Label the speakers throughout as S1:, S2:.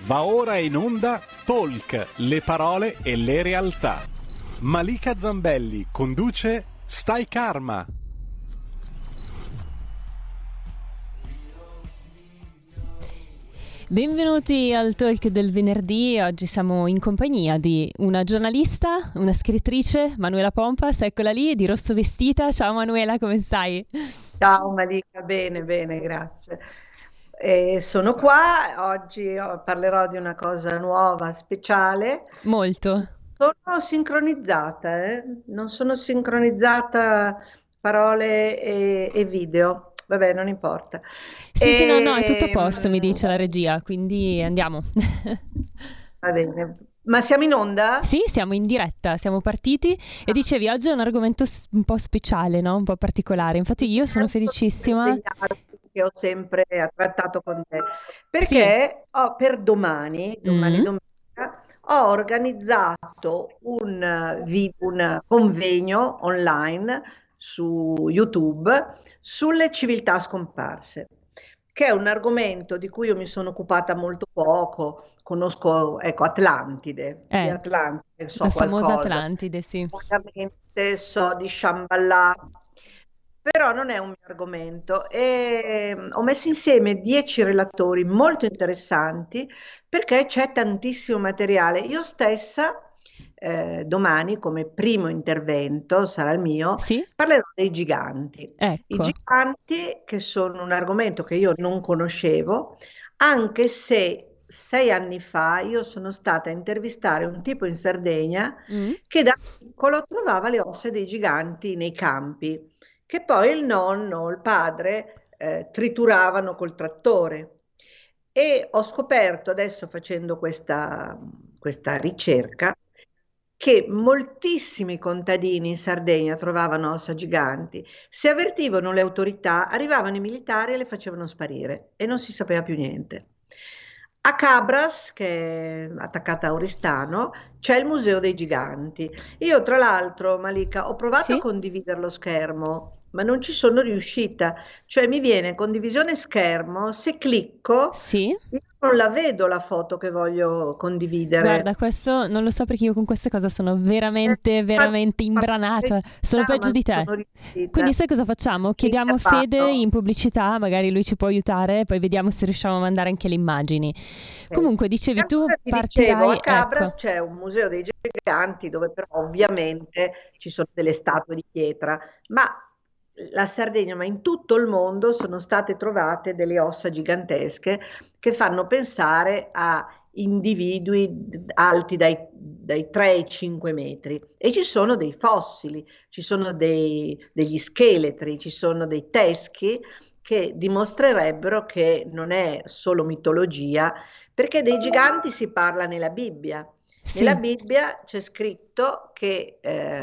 S1: Va ora in onda Talk, le parole e le realtà. Malika Zambelli conduce Stai Karma.
S2: Benvenuti al Talk del venerdì. Oggi siamo in compagnia di una giornalista, una scrittrice, Manuela Pompas, eccola lì, di rosso vestita. Ciao Manuela, come stai?
S3: Ciao Malika, bene, bene, grazie. Sono qua, oggi parlerò di una cosa nuova, speciale.
S2: Molto.
S3: Sono sincronizzata, non sono sincronizzata parole e video, vabbè, non importa.
S2: Sì, no, è tutto a
S3: E,
S2: posto, mi dice la regia, quindi andiamo.
S3: Va bene, ma siamo in onda?
S2: Sì, siamo in diretta, siamo partiti e dicevi oggi è un argomento un po' speciale, no? Un po' particolare. Infatti io sono felicissima.
S3: Che ho sempre trattato con te,
S2: Sì.
S3: perché per domani
S2: Mm.
S3: domenica, ho organizzato un convegno online su YouTube sulle civiltà scomparse, che è un argomento di cui io mi sono occupata molto poco. Conosco, ecco, Atlantide, di Atlantide so
S2: La famosa
S3: qualcosa,
S2: Atlantide, sì.
S3: ovviamente so di Shambhala, però non è un mio argomento e ho messo insieme 10 relatori molto interessanti perché c'è tantissimo materiale. Io stessa, domani, come primo intervento, sarà il mio,
S2: Sì?
S3: parlerò dei giganti. I
S2: Ecco.
S3: giganti, che sono un argomento che io non conoscevo, anche se 6 anni fa io sono stata a intervistare un tipo in Sardegna
S2: Mm.
S3: che da piccolo trovava le ossa dei giganti nei campi, che poi il nonno, il padre, trituravano col trattore. E ho scoperto adesso, facendo questa ricerca, che moltissimi contadini in Sardegna trovavano ossa giganti. Se avvertivano le autorità, arrivavano i militari e le facevano sparire e non si sapeva più niente. A Cabras, che è attaccata a Oristano, c'è il Museo dei Giganti. Io, tra l'altro, Malika, ho provato a
S2: Sì?
S3: condividere lo schermo, ma non ci sono riuscita. Cioè mi viene condivisione schermo, se clicco,
S2: Sì?
S3: io non la vedo la foto che voglio condividere.
S2: Guarda, questo non lo so perché io con queste cose sono veramente imbranata. Sono peggio
S3: Ma
S2: di
S3: non
S2: te.
S3: sono riuscita.
S2: Quindi sai cosa facciamo? Chiediamo a Fede in pubblicità, magari lui ci può aiutare, poi vediamo se riusciamo a mandare anche le immagini. Comunque, dicevi tu,
S3: Allora, ti dicevo,
S2: partirai...
S3: a Cabras
S2: Ecco,
S3: c'è un museo dei giganti dove però ovviamente ci sono delle statue di pietra, ma la Sardegna, ma in tutto il mondo sono state trovate delle ossa gigantesche che fanno pensare a individui alti dai 3 ai 5 metri, e ci sono dei fossili, ci sono degli scheletri, ci sono dei teschi che dimostrerebbero che non è solo mitologia, perché dei giganti si parla nella Bibbia. Nella
S2: sì,
S3: Bibbia c'è scritto che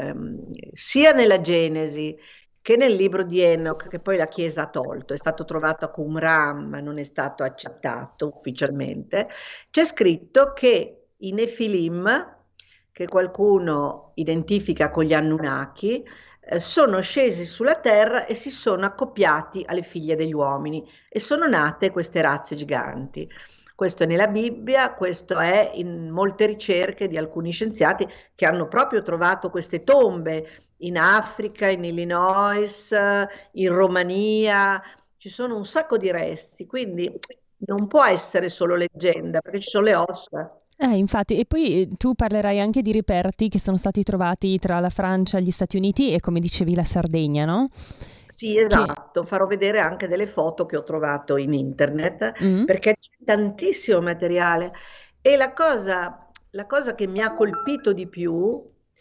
S3: sia nella Genesi che nel libro di Enoch, che poi la Chiesa ha tolto, è stato trovato a Qumran, ma non è stato accettato ufficialmente, c'è scritto che i Nefilim, che qualcuno identifica con gli Anunnaki, sono scesi sulla terra e si sono accoppiati alle figlie degli uomini e sono nate queste razze giganti. Questo è nella Bibbia, questo è in molte ricerche di alcuni scienziati che hanno proprio trovato queste tombe in Africa, in Illinois, in Romania, ci sono un sacco di resti, quindi non può essere solo leggenda, perché ci sono le ossa.
S2: infatti, e poi tu parlerai anche di reperti che sono stati trovati tra la Francia, gli Stati Uniti e, come dicevi, la Sardegna, no?
S3: Sì, esatto, farò vedere anche delle foto che ho trovato in internet,
S2: Mm?
S3: perché c'è tantissimo materiale. E la cosa che mi ha colpito di più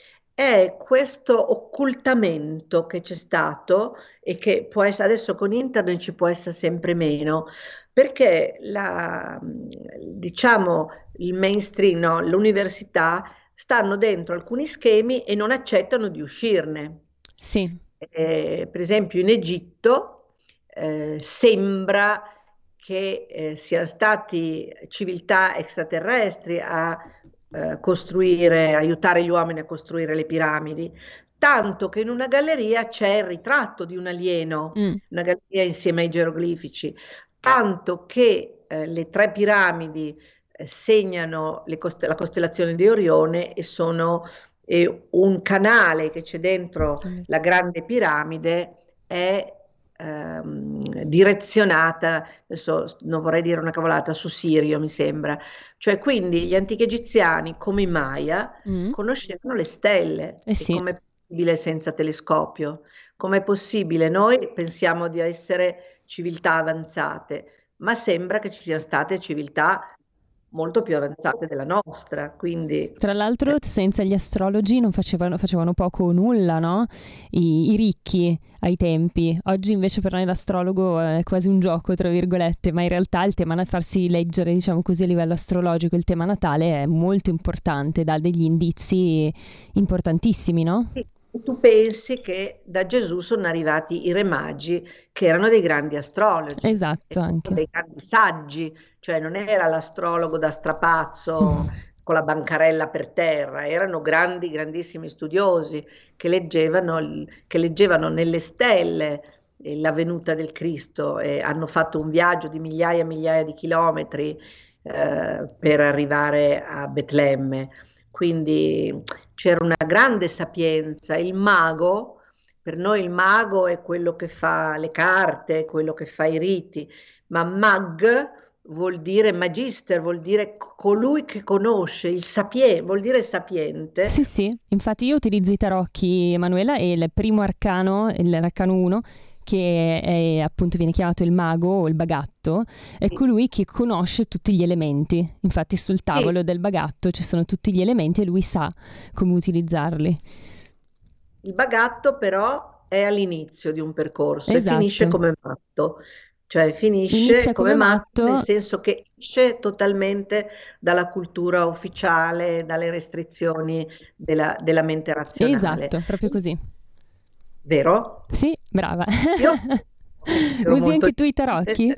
S3: è questo occultamento che c'è stato e che può essere, adesso con internet ci può essere sempre meno, perché diciamo, il mainstream, no, l'università stanno dentro alcuni schemi e non accettano di uscirne.
S2: Sì,
S3: Per esempio in Egitto sembra che siano stati civiltà extraterrestri a aiutare gli uomini a costruire le piramidi, tanto che in una galleria c'è il ritratto di un alieno,
S2: mm,
S3: una galleria insieme ai geroglifici, tanto che le tre piramidi segnano la costellazione di Orione e sono un canale che c'è dentro la grande piramide è direzionata, adesso non vorrei dire una cavolata, su Sirio mi sembra, cioè quindi gli antichi egiziani come i Maya conoscevano le stelle, e
S2: Sì.
S3: com'è possibile senza telescopio? Com'è possibile? Noi pensiamo di essere civiltà avanzate, ma sembra che ci siano state civiltà molto più avanzate della nostra, quindi
S2: Tra l'altro, senza gli astrologi facevano poco o nulla, no? I ricchi ai tempi. Oggi invece per noi l'astrologo è quasi un gioco, tra virgolette, ma in realtà il tema, farsi leggere, diciamo così, a livello astrologico, il tema natale è molto importante, dà degli indizi importantissimi, no?
S3: sì, tu pensi che da Gesù sono arrivati i re magi che erano dei grandi astrologi,
S2: Esatto, anche.
S3: dei grandi saggi, cioè non era l'astrologo da strapazzo con la bancarella per terra, erano grandi, grandissimi studiosi che leggevano nelle stelle la venuta del Cristo e hanno fatto un viaggio di migliaia e migliaia di chilometri per arrivare a Betlemme. Quindi c'era una grande sapienza. Il mago, per noi il mago è quello che fa le carte, quello che fa i riti, ma mag vuol dire magister, vuol dire colui che conosce, vuol dire sapiente.
S2: Sì, sì, infatti io utilizzo i tarocchi, Emanuela, e il primo arcano, l'arcano 1, che è, appunto viene chiamato il mago o il bagatto, è
S3: Sì.
S2: colui che conosce tutti gli elementi. Infatti sul tavolo del bagatto ci sono tutti gli elementi e lui sa come utilizzarli.
S3: Il bagatto però è all'inizio di un percorso e finisce
S2: Esatto.
S3: come matto, cioè finisce
S2: Inizia
S3: come
S2: come
S3: matto nel
S2: matto,
S3: senso che esce totalmente dalla cultura ufficiale, dalle restrizioni della mente razionale.
S2: esatto, proprio così.
S3: Vero?
S2: Sì, brava.
S3: Io ero
S2: Usi
S3: molto
S2: anche tu i tarocchi?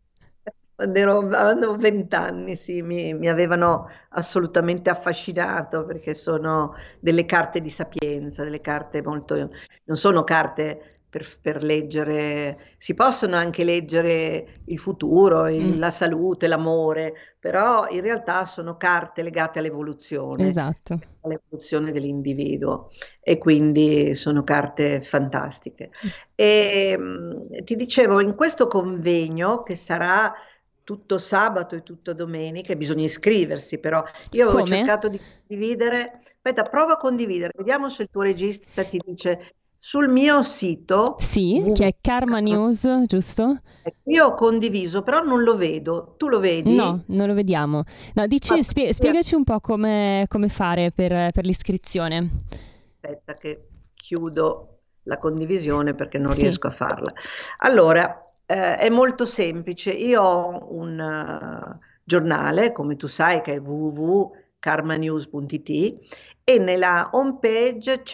S3: Avevo 20 anni, sì, mi avevano assolutamente affascinato perché sono delle carte di sapienza, delle carte molto, non sono carte per leggere, si possono anche leggere il futuro, la salute, l'amore, però in realtà sono carte legate
S2: Esatto.
S3: all'evoluzione dell'individuo e quindi sono carte fantastiche. E ti dicevo, in questo convegno che sarà tutto sabato e tutto domenica, bisogna iscriversi però. Io avevo
S2: Come?
S3: cercato di condividere, aspetta, prova a condividere, vediamo se il tuo regista ti dice sul mio sito
S2: Sì, che è Karma News, giusto?
S3: io ho condiviso, però non lo vedo. Tu lo
S2: No,
S3: vedi?
S2: non lo vediamo. No, dici, spiegaci un po' come fare per l'iscrizione.
S3: Aspetta che chiudo la condivisione perché non
S2: Sì,
S3: riesco a farla. Allora, è molto semplice. Io ho un giornale, come tu sai, che è www.karmanews.it e nella home page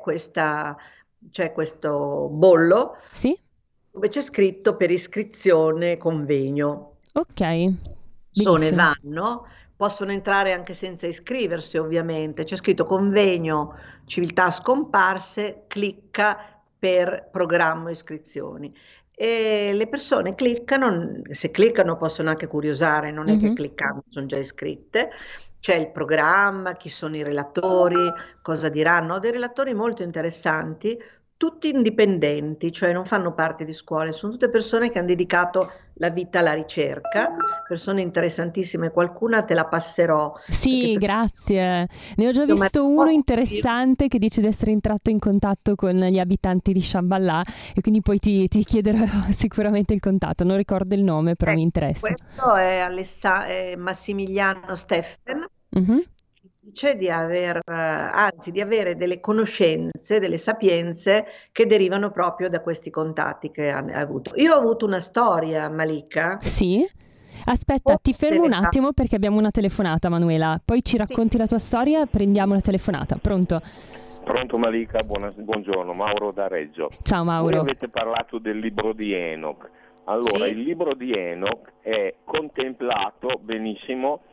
S3: c'è questo bollo
S2: sì?
S3: dove c'è scritto per iscrizione convegno.
S2: Ok,
S3: Sono e
S2: benissimo.
S3: vanno, possono entrare anche senza iscriversi, ovviamente. C'è scritto convegno civiltà scomparse, clicca per programma iscrizioni. E le persone cliccano, se cliccano possono anche curiosare, non è che
S2: Mhm.
S3: cliccando sono già iscritte. C'è il programma, chi sono i relatori, cosa diranno. Ho dei relatori molto interessanti, tutti indipendenti, cioè non fanno parte di scuole, sono tutte persone che hanno dedicato la vita alla ricerca, persone interessantissime, qualcuna te la passerò, perché
S2: Sì, grazie. Ne ho già
S3: insomma,
S2: visto uno interessante che dice di essere entrato in contatto con gli abitanti di Shambhala e quindi poi ti chiederò sicuramente il contatto. Non ricordo il nome, però mi interessa.
S3: questo è, è Massimiliano Steffen,
S2: Mhm.
S3: dice di anzi, di avere delle conoscenze, delle sapienze che derivano proprio da questi contatti che ha avuto. Io ho avuto una storia, Malika,
S2: Sì? Aspetta, ti
S3: forse
S2: fermo un attimo perché abbiamo una telefonata, Manuela. Poi ci
S3: sì,
S2: racconti la tua storia, prendiamo la telefonata. Pronto?
S4: Pronto Malika, buongiorno, Mauro da Reggio.
S2: Ciao
S4: Voi
S2: Mauro.
S4: avete parlato del libro di Enoch. Allora,
S3: sì,
S4: il libro di Enoch è contemplato benissimo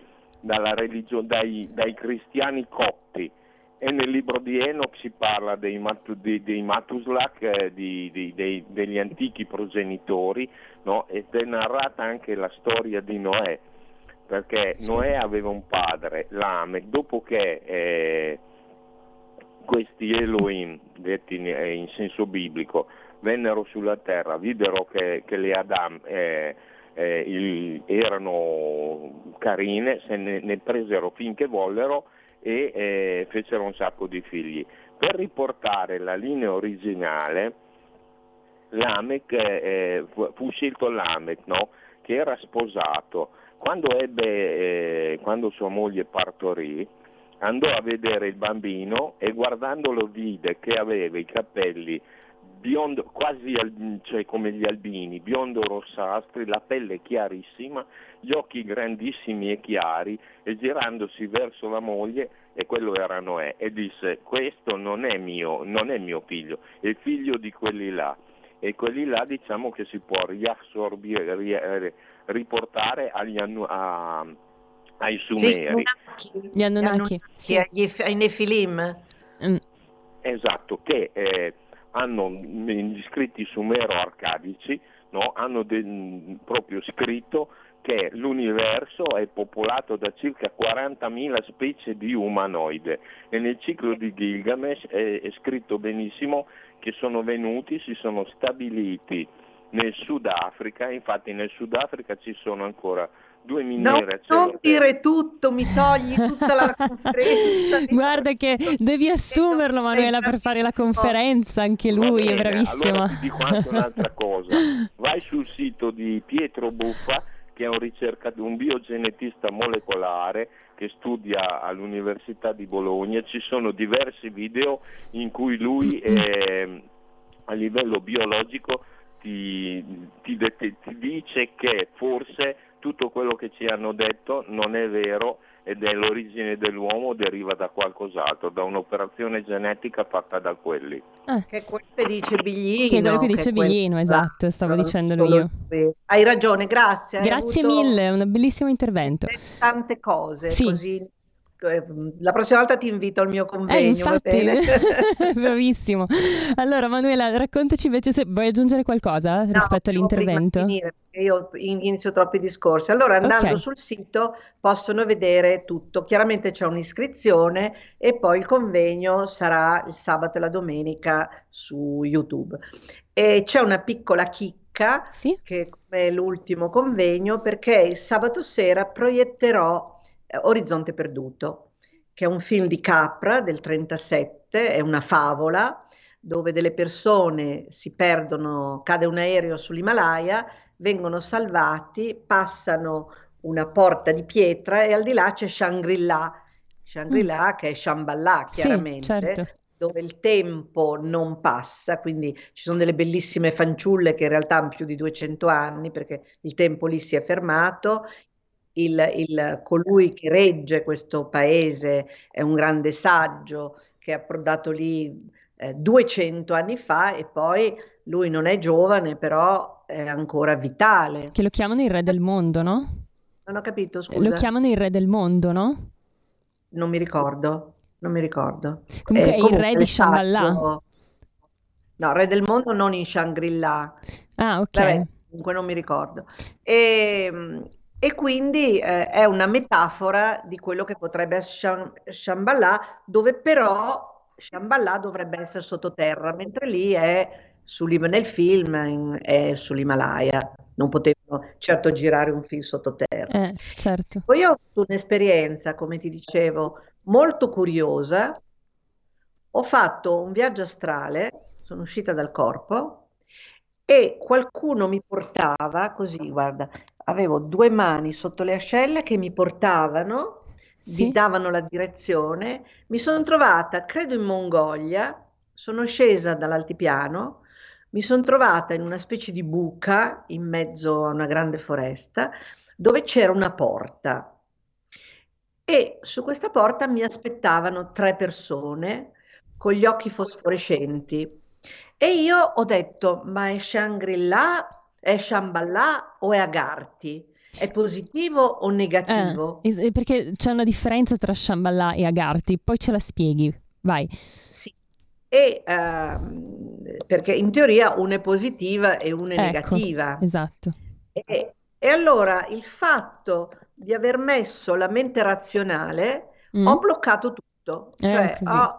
S4: dai cristiani copti e nel libro di Enoch si parla dei Matuslak, degli antichi progenitori, no? Ed è narrata anche la storia di Noè. perché Noè aveva un padre, Lamech, dopo che questi Elohim, detti in senso biblico, vennero sulla terra, videro che le Adam erano carine, se ne presero finché vollero e fecero un sacco di figli. Per riportare la linea originale, Lamech, fu scelto Lamech, no? Che era sposato. Quando sua moglie partorì, andò a vedere il bambino e guardandolo vide che aveva i capelli biondo, quasi cioè come gli albini, biondo rossastri, la pelle chiarissima, gli occhi grandissimi e chiari, e girandosi verso la moglie, e quello era Noè, e disse: questo non è mio figlio, è figlio di quelli là. E quelli là, diciamo che si può riportare ai Sumeri.
S2: Gli Anunnaki, sì.
S3: Ai Nefilim.
S4: Esatto, che hanno gli scritti sumero-arcadici, no? Hanno proprio scritto che l'universo è popolato da circa 40.000 specie di umanoide, e nel ciclo di Gilgamesh è scritto benissimo che sono venuti, si sono stabiliti nel Sudafrica. Infatti nel Sudafrica ci sono ancora 2 miniere a cielo
S3: non dire tutto, mi togli tutta la conferenza.
S2: Guarda che devi assumerlo, Manuela, per fare la conferenza, anche lui è bravissimo.
S4: Allora ti dico anche un'altra cosa: vai sul sito di Pietro Buffa, che è un biogenetista molecolare che studia all'Università di Bologna. Ci sono diversi video in cui lui a livello biologico ti dice che forse tutto quello che ci hanno detto non è vero, ed è l'origine dell'uomo deriva da qualcos'altro, da un'operazione genetica fatta da quelli.
S3: Che è quello che dice Biglino.
S2: Che è quello che dice Biglino, esatto, stavo dicendolo io.
S3: Hai ragione, grazie.
S2: Grazie mille, è un bellissimo intervento.
S3: Tante cose,
S2: sì.
S3: Così. La prossima volta ti invito al mio convegno,
S2: infatti.
S3: va bene?
S2: Bravissimo. Allora Manuela, raccontaci invece se vuoi aggiungere qualcosa rispetto all'intervento.
S3: Finire, perché io inizio troppi discorsi. Allora, andando sul sito possono vedere tutto. Chiaramente c'è un'iscrizione e poi il convegno sarà il sabato e la domenica su YouTube. E c'è una piccola chicca,
S2: sì?
S3: Che è l'ultimo convegno, perché il sabato sera proietterò Orizzonte Perduto, che è un film di Capra del 1937, è una favola dove delle persone si perdono, cade un aereo sull'Himalaya, vengono salvati, passano una porta di pietra e al di là c'è Shangri-La, che è Shambhala chiaramente,
S2: sì, certo.
S3: Dove il tempo non passa, quindi ci sono delle bellissime fanciulle che in realtà hanno più di 200 anni perché il tempo lì si è fermato. Colui che regge questo paese è un grande saggio che è approdato lì 200 anni fa, e poi lui non è giovane, però è ancora vitale.
S2: Che lo chiamano il re del mondo, no?
S3: Non ho capito, scusa.
S2: Lo chiamano il re del mondo, no?
S3: Non mi ricordo.
S2: Comunque è il re di Shambhala.
S3: No, re del mondo non in Shangri-La.
S2: Ah, ok.
S3: Vabbè, comunque non mi ricordo. E quindi è una metafora di quello che potrebbe essere Shambhala, dove però Shambhala dovrebbe essere sottoterra, mentre lì è nel film è sull'Himalaya. Non potevano certo girare un film sottoterra.
S2: Certo.
S3: Poi ho avuto un'esperienza, come ti dicevo, molto curiosa. Ho fatto un viaggio astrale, sono uscita dal corpo e qualcuno mi portava così, guarda, avevo 2 mani sotto le ascelle che mi portavano, mi davano la direzione. Mi sono trovata, credo in Mongolia, sono scesa dall'altipiano, mi sono trovata in una specie di buca in mezzo a una grande foresta dove c'era una porta e su questa porta mi aspettavano 3 persone con gli occhi fosforescenti. E io ho detto: ma è Shangri-La, è Shambhala o è Agartha? È positivo o negativo?
S2: Perché c'è una differenza tra Shambhala e Agartha, poi ce la spieghi, vai.
S3: Sì, e perché in teoria una è positiva e una è negativa.
S2: Esatto.
S3: E allora il fatto di aver messo la mente razionale,
S2: Mm?
S3: ho bloccato tutto, cioè
S2: Così.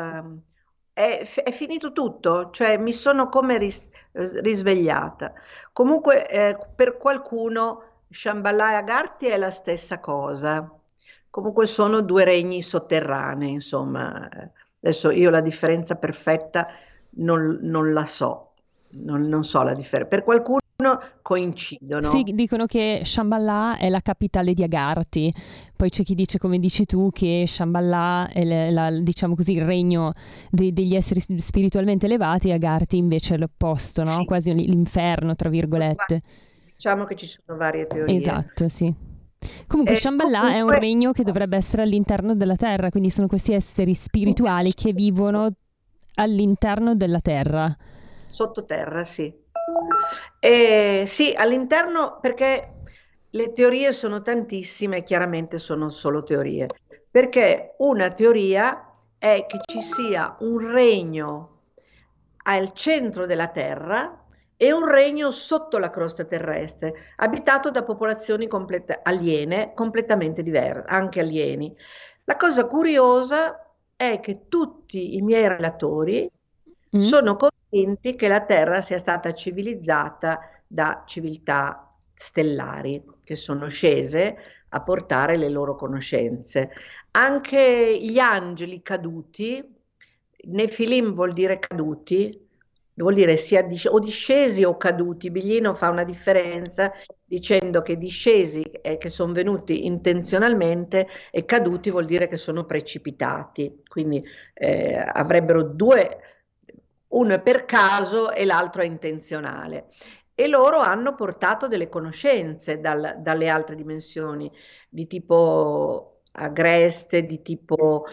S3: è finito tutto, cioè mi sono come risvegliata. Comunque, per qualcuno Shambhala e Agartha è la stessa cosa. Comunque sono due regni sotterranei, insomma. Adesso io la differenza perfetta non la so, non so la differenza. Per qualcuno
S2: Sì,
S3: coincidono.
S2: dicono che Shambhala è la capitale di Agarthi, poi c'è chi dice, come dici tu, che Shambhala è diciamo così, il regno degli esseri spiritualmente elevati e Agarthi invece è l'opposto, no?
S3: Sì,
S2: Quasi l'inferno, tra virgolette.
S3: diciamo che ci sono varie teorie.
S2: Esatto, sì. Comunque Shambhala è un
S3: Comunque,
S2: regno che dovrebbe essere all'interno della Terra, quindi sono questi esseri spirituali che vivono all'interno della Terra.
S3: sottoterra, sì. E sì, all'interno, perché le teorie sono tantissime, e chiaramente sono solo teorie, perché una teoria è che ci sia un regno al centro della Terra e un regno sotto la crosta terrestre, abitato da popolazioni aliene, completamente diverse, anche alieni. La cosa curiosa è che tutti i miei relatori
S2: Mm?
S3: sono convinti che la Terra sia stata civilizzata da civiltà stellari che sono scese a portare le loro conoscenze. Anche gli angeli caduti, Nefilim vuol dire caduti, vuol dire sia o discesi o caduti. Biglino fa una differenza dicendo che discesi è che sono venuti intenzionalmente e caduti vuol dire che sono precipitati. Quindi avrebbero due, uno è per caso e l'altro è intenzionale. E loro hanno portato delle conoscenze dalle altre dimensioni, di tipo agreste, di tipo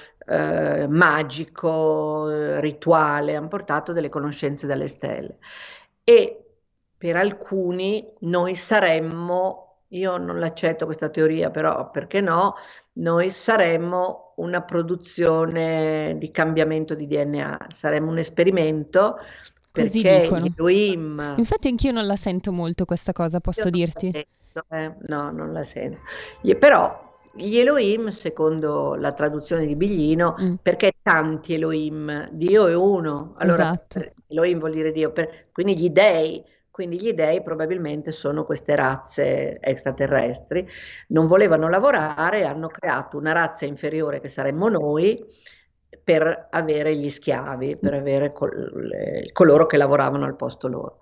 S3: magico, rituale, hanno portato delle conoscenze dalle stelle. E per alcuni noi saremmo, io non l'accetto questa teoria, però perché no, noi saremmo una produzione di cambiamento di DNA, saremmo un esperimento
S2: Così
S3: perché gli
S2: dicono.
S3: Elohim,
S2: Infatti anch'io non la sento molto questa cosa,
S3: io
S2: posso
S3: non la
S2: dirti.
S3: sento, no, non la sento. Però gli Elohim, secondo la traduzione di Biglino,
S2: Mm,
S3: perché tanti Elohim? Dio è uno, allora
S2: esatto.
S3: Elohim vuol dire Dio, quindi quindi gli dei probabilmente sono queste razze extraterrestri, non volevano lavorare, hanno creato una razza inferiore che saremmo noi per avere gli schiavi, per avere coloro che lavoravano al posto loro.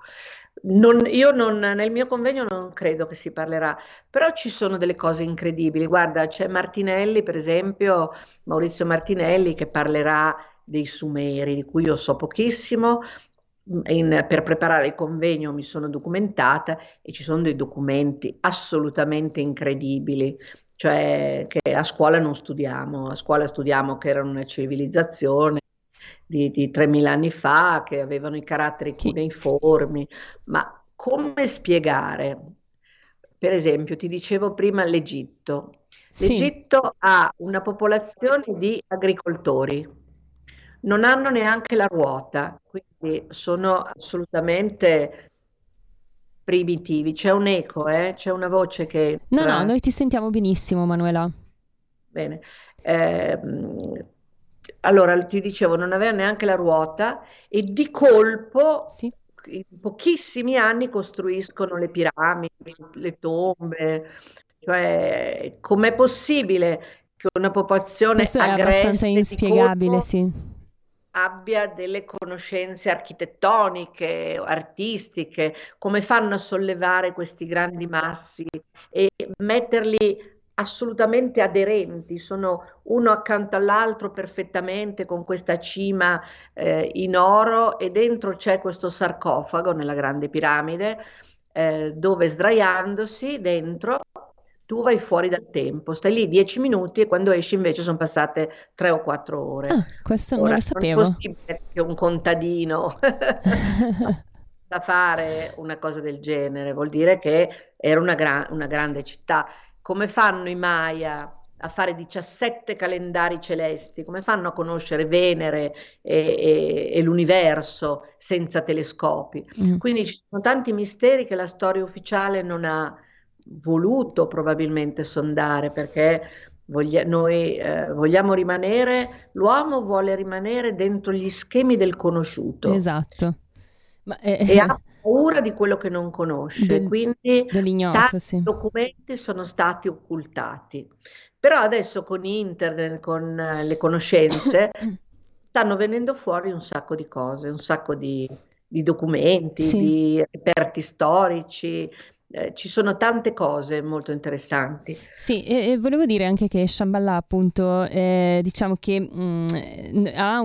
S3: Nel mio convegno non credo che si parlerà, però ci sono delle cose incredibili. Guarda, c'è Martinelli, per esempio, Maurizio Martinelli, che parlerà dei Sumeri, di cui io so pochissimo. Per preparare il convegno mi sono documentata e ci sono dei documenti assolutamente incredibili, cioè che a scuola non studiamo, a scuola studiamo che erano una civilizzazione di 3000 anni fa, che avevano i caratteri
S2: Che-
S3: cuneiformi, ma come spiegare? Per esempio, ti dicevo prima l'Egitto.
S2: Sì,
S3: L'Egitto ha una popolazione di agricoltori, non hanno neanche la ruota, quindi sono assolutamente primitivi. C'è un eco, c'è una voce che
S2: no, no,
S3: entra.
S2: noi ti sentiamo benissimo, Manuela.
S3: Bene. Ehm, allora, ti dicevo, non aveva neanche la ruota e di colpo,
S2: Sì.
S3: in pochissimi anni, costruiscono le piramidi, le tombe. Cioè, com'è possibile che una popolazione
S2: Questo è abbastanza
S3: agreste di
S2: inspiegabile,
S3: colpo
S2: sì.
S3: abbia delle conoscenze architettoniche, artistiche, come fanno a sollevare questi grandi massi e metterli assolutamente aderenti, sono uno accanto all'altro perfettamente con questa cima in oro e dentro c'è questo sarcofago nella grande piramide dove sdraiandosi dentro tu vai fuori dal tempo, stai lì 10 minuti e quando esci invece sono passate 3 o 4 ore.
S2: Ah, questo non
S3: Ora,
S2: lo
S3: non è
S2: sapevo.
S3: possibile che un contadino da fare una cosa del genere, vuol dire che era una grande città. Come fanno i Maya a fare 17 calendari celesti? Come fanno a conoscere Venere e l'universo senza telescopi?
S2: Mm.
S3: Quindi ci sono tanti misteri che la storia ufficiale voluto probabilmente sondare, perché noi vogliamo rimanere, l'uomo vuole rimanere dentro gli schemi del conosciuto.
S2: Esatto.
S3: E ha paura di quello che non conosce, quindi
S2: dell'ignoto,
S3: tanti
S2: sì.
S3: documenti sono stati occultati. Però adesso con internet, con le conoscenze, stanno venendo fuori un sacco di cose, un sacco di documenti,
S2: Sì.
S3: di reperti storici. Ci sono tante cose molto interessanti.
S2: Sì, e volevo dire anche che Shambhala, appunto, diciamo che ha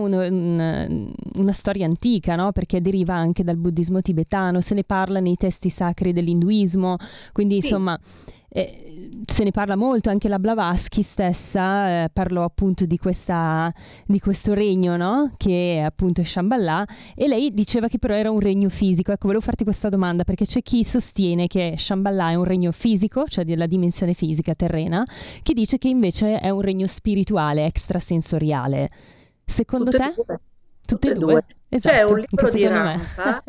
S2: una storia antica, no? Perché deriva anche dal buddismo tibetano, se ne parla nei testi sacri dell'induismo, quindi
S3: Sì.
S2: insomma se ne parla molto. Anche la Blavatsky stessa parlò appunto di questo regno, no? Che appunto è Shambhala, e lei diceva che però era un regno fisico. Ecco, volevo farti questa domanda perché c'è chi sostiene che Shambhala è un regno fisico, cioè della dimensione fisica terrena, chi dice che invece è un regno spirituale, extrasensoriale. Secondo te? Tutte e due? Esatto.
S3: C'è un libro di
S2: secondo me.
S3: Rampa,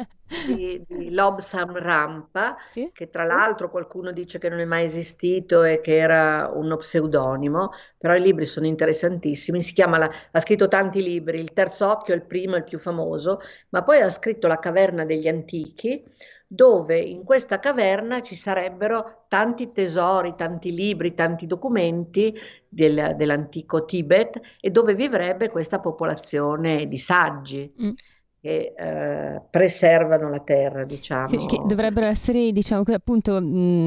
S3: di Lobsang Rampa,
S2: Sì?
S3: che tra l'altro qualcuno dice che non è mai esistito e che era uno pseudonimo, però i libri sono interessantissimi. Ha scritto tanti libri, Il Terzo Occhio è il primo, il più famoso, ma poi ha scritto La Caverna degli Antichi, dove in questa caverna ci sarebbero tanti tesori, tanti libri, tanti documenti dell'antico Tibet, e dove vivrebbe questa popolazione di saggi che preservano la terra, diciamo.
S2: Che dovrebbero essere, diciamo, appunto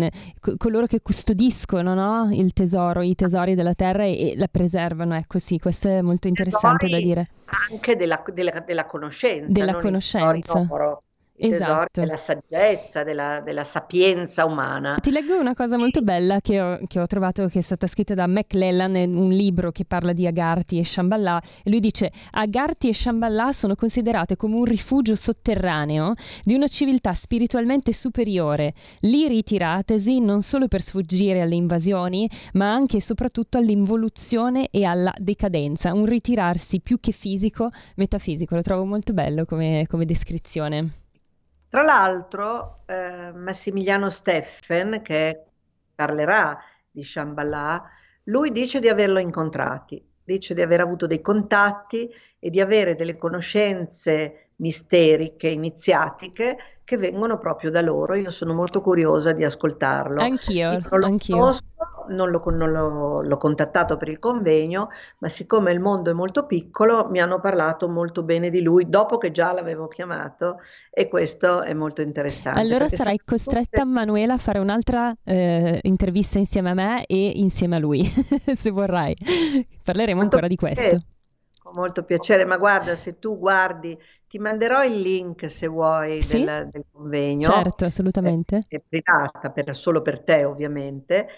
S2: coloro che custodiscono, no? I tesori della terra e la preservano. Ecco, sì, questo è molto interessante da dire.
S3: Anche della conoscenza.
S2: Della
S3: non
S2: conoscenza.
S3: I tesori d'oro, i tesori
S2: Esatto.
S3: della saggezza, della sapienza umana.
S2: Ti leggo una cosa molto bella che ho trovato, che è stata scritta da McClellan, un libro che parla di Agartha e Shambhala, e lui dice: Agartha e Shambhala sono considerate come un rifugio sotterraneo di una civiltà spiritualmente superiore, lì ritiratesi non solo per sfuggire alle invasioni, ma anche e soprattutto all'involuzione e alla decadenza, un ritirarsi più che fisico, metafisico. Lo trovo molto bello come descrizione.
S3: Tra l'altro, Massimiliano Steffen, che parlerà di Shambhala, lui dice di averlo incontrati, dice di aver avuto dei contatti e di avere delle conoscenze misteriche, iniziatiche, che vengono proprio da loro. Io sono molto curiosa di ascoltarlo.
S2: Anch'io.
S3: Non lo conosco, non l'ho contattato per il convegno, ma siccome il mondo è molto piccolo, mi hanno parlato molto bene di lui dopo che già l'avevo chiamato, e questo è molto interessante.
S2: Allora sarai costretta, Manuela, a fare un'altra intervista insieme a me e insieme a lui, se vorrai. Parleremo ancora di questo.
S3: Con molto piacere, ma guarda, se tu guardi, ti manderò il link se vuoi del convegno.
S2: Certo, assolutamente.
S3: È privata, solo per te ovviamente.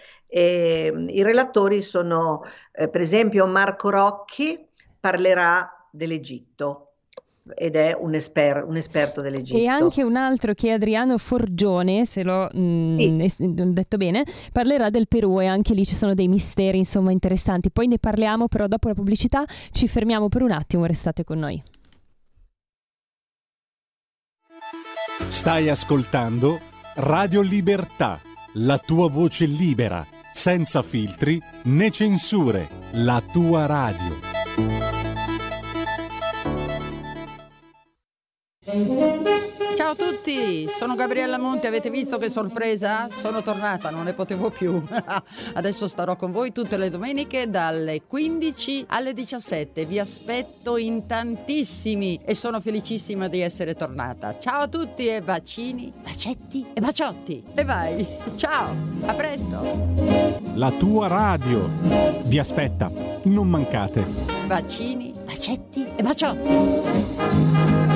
S3: E i relatori sono, per esempio, Marco Rocchi parlerà dell'Egitto ed è un esperto dell'Egitto.
S2: E anche un altro che è Adriano Forgione, se l'ho detto bene, parlerà del Perù, e anche lì ci sono dei misteri, insomma, interessanti. Poi ne parliamo, però dopo la pubblicità ci fermiamo per un attimo, restate con noi.
S1: Stai ascoltando Radio Libertà, la tua voce libera, senza filtri né censure, la tua radio.
S5: Ciao a tutti, sono Gabriella Monti. Avete visto che sorpresa? Sono tornata, non ne potevo più. Adesso starò con voi tutte le domeniche dalle 15 alle 17. Vi aspetto in tantissimi e sono felicissima di essere tornata. Ciao a tutti e bacini, bacetti e baciotti. E vai, ciao, a presto.
S1: La tua radio vi aspetta, non mancate.
S5: Bacini, bacetti e baciotti.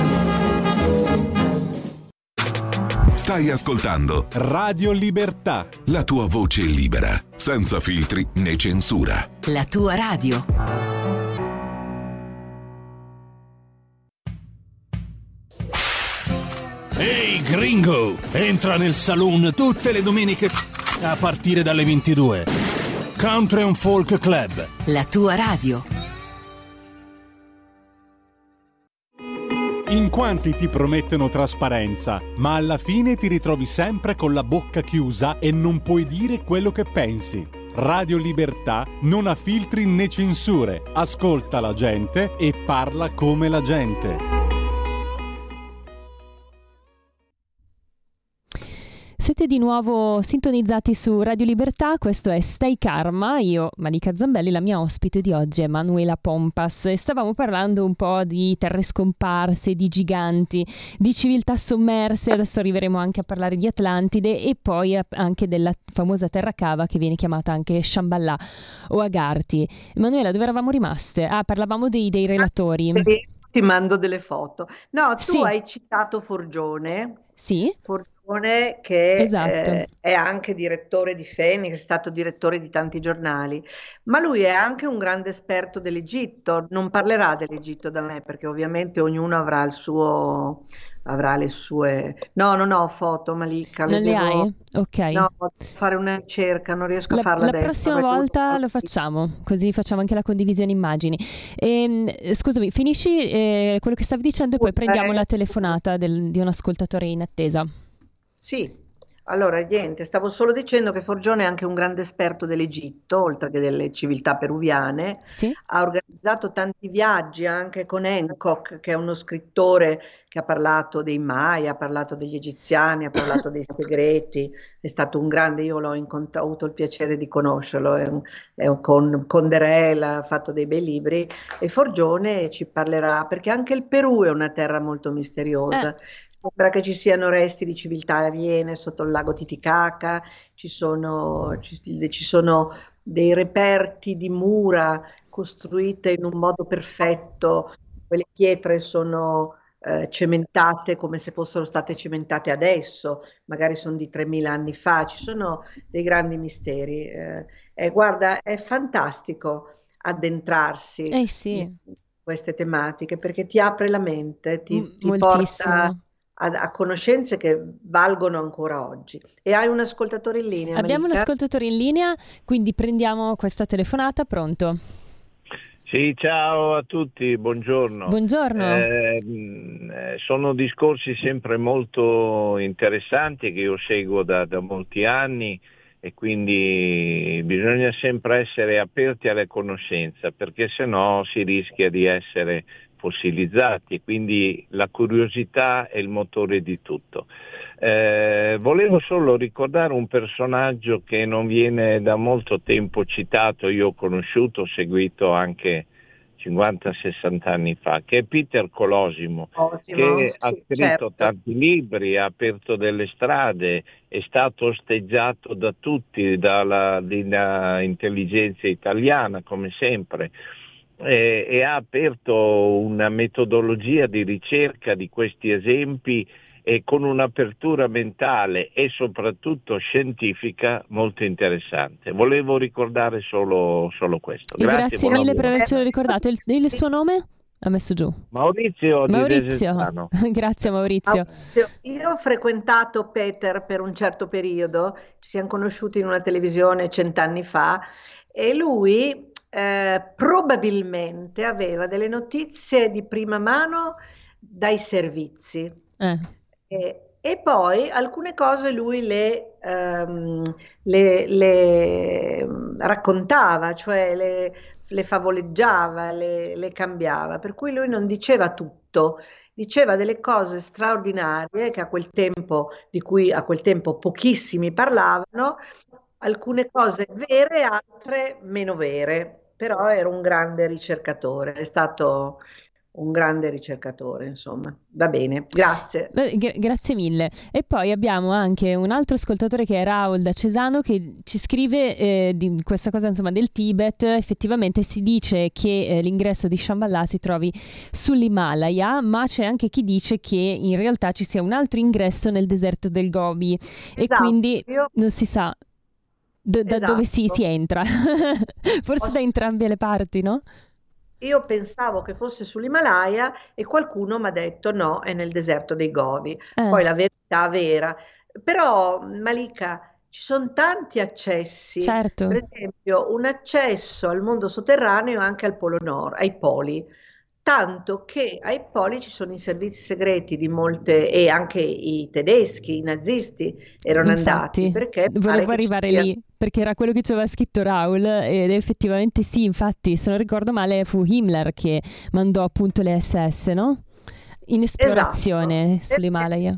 S6: Stai ascoltando
S1: Radio Libertà,
S6: la tua voce libera, senza filtri né censura.
S7: La tua radio.
S8: Ehi gringo, entra nel saloon tutte le domeniche a partire dalle 22. Country and Folk Club.
S7: La tua radio.
S1: In quanti ti promettono trasparenza, ma alla fine ti ritrovi sempre con la bocca chiusa e non puoi dire quello che pensi. Radio Libertà non ha filtri né censure, ascolta la gente e parla come la gente.
S2: Siete di nuovo sintonizzati su Radio Libertà, questo è Stay Karma, io Malika Zambelli, la mia ospite di oggi è Manuela Pompas e stavamo parlando un po' di terre scomparse, di giganti, di civiltà sommerse, adesso arriveremo anche a parlare di Atlantide e poi anche della famosa terra cava che viene chiamata anche Shambhala o Agarthy. Manuela, dove eravamo rimaste? Parlavamo dei relatori.
S3: Ti mando delle foto. No, tu
S2: Sì.
S3: hai citato Forgione.
S2: Sì.
S3: Forgione che
S2: Esatto.
S3: è anche direttore di Phoenix, è stato direttore di tanti giornali, ma lui è anche un grande esperto dell'Egitto. Non parlerà dell'Egitto da me perché ovviamente ognuno avrà avrà le sue... No, non ho foto, Malika.
S2: Non le hai? Ok.
S3: No, devo fare una ricerca, non riesco a farla
S2: La
S3: adesso.
S2: prossima volta lo facciamo, così facciamo anche la condivisione immagini. Scusami, finisci quello che stavi dicendo e poi prendiamo la telefonata di un ascoltatore in attesa.
S3: Sì, allora niente, stavo solo dicendo che Forgione è anche un grande esperto dell'Egitto, oltre che delle civiltà peruviane.
S2: Sì.
S3: Ha organizzato tanti viaggi anche con Hancock, che è uno scrittore che ha parlato dei Maya, ha parlato degli egiziani, ha parlato dei segreti, è stato un grande, io ho avuto il piacere di conoscerlo, con Derel ha fatto dei bei libri e Forgione ci parlerà, perché anche il Perù è una terra molto misteriosa. Sembra che ci siano resti di civiltà aliene sotto il lago Titicaca, ci sono dei reperti di mura costruite in un modo perfetto, quelle pietre sono cementate come se fossero state cementate adesso, magari sono di 3000 anni fa, ci sono dei grandi misteri. Guarda, è fantastico addentrarsi
S2: Sì.
S3: in queste tematiche perché ti apre la mente, ti
S2: Moltissimo.
S3: porta a conoscenze che valgono ancora oggi. E hai un ascoltatore in linea,
S2: Abbiamo un
S3: Malika?
S2: ascoltatore in linea, quindi prendiamo questa telefonata. Pronto?
S7: Sì, ciao a tutti, buongiorno.
S2: Buongiorno.
S7: Sono discorsi sempre molto interessanti che io seguo da molti anni e quindi bisogna sempre essere aperti alla conoscenza perché sennò si rischia di essere fossilizzati, quindi la curiosità è il motore di tutto. Volevo solo ricordare un personaggio che non viene da molto tempo citato, io ho conosciuto, ho seguito anche 50-60 anni fa, che è Peter Colosimo, che ha scritto
S3: certo.
S7: tanti libri, ha aperto delle strade, è stato osteggiato da tutti, dalla intelligenza italiana come sempre. E ha aperto una metodologia di ricerca di questi esempi e con un'apertura mentale e soprattutto scientifica molto interessante. Volevo ricordare solo questo.
S2: Grazie mille per avercelo ricordato. Il suo nome? Ha messo giù.
S7: Maurizio.
S2: Grazie Maurizio.
S3: Io ho frequentato Peter per un certo periodo, ci siamo conosciuti in una televisione 100 anni fa e lui probabilmente aveva delle notizie di prima mano dai servizi e poi alcune cose lui le raccontava, cioè le favoleggiava, le cambiava, per cui lui non diceva tutto, diceva delle cose straordinarie che di cui a quel tempo pochissimi parlavano, alcune cose vere, altre meno vere. Però era un grande ricercatore, è stato un grande ricercatore, insomma. Va bene, grazie.
S2: Grazie mille. E poi abbiamo anche un altro ascoltatore che è Raul da Cesano che ci scrive di questa cosa, insomma, del Tibet. Effettivamente si dice che l'ingresso di Shambhala si trovi sull'Himalaya, ma c'è anche chi dice che in realtà ci sia un altro ingresso nel deserto del Gobi e quindi non si sa da dove si entra. Forse da entrambe le parti, no?
S3: Io pensavo che fosse sull'Himalaya e qualcuno mi ha detto no, è nel deserto dei Gobi. Poi la verità vera. Però, Malika, ci sono tanti accessi.
S2: Certo.
S3: Per esempio, un accesso al mondo sotterraneo anche al Polo Nord, ai poli. tanto che ai poli ci sono i servizi segreti di molte, e anche i tedeschi, i nazisti erano andati,
S2: Infatti,
S3: perché pare
S2: volevo
S3: che ci
S2: arrivare
S3: sia...
S2: lì, perché era quello che ci aveva scritto Raul, ed effettivamente sì, infatti, se non ricordo male, fu Himmler che mandò appunto le SS, no? In
S3: Esatto,
S2: esplorazione sull'Himalaya.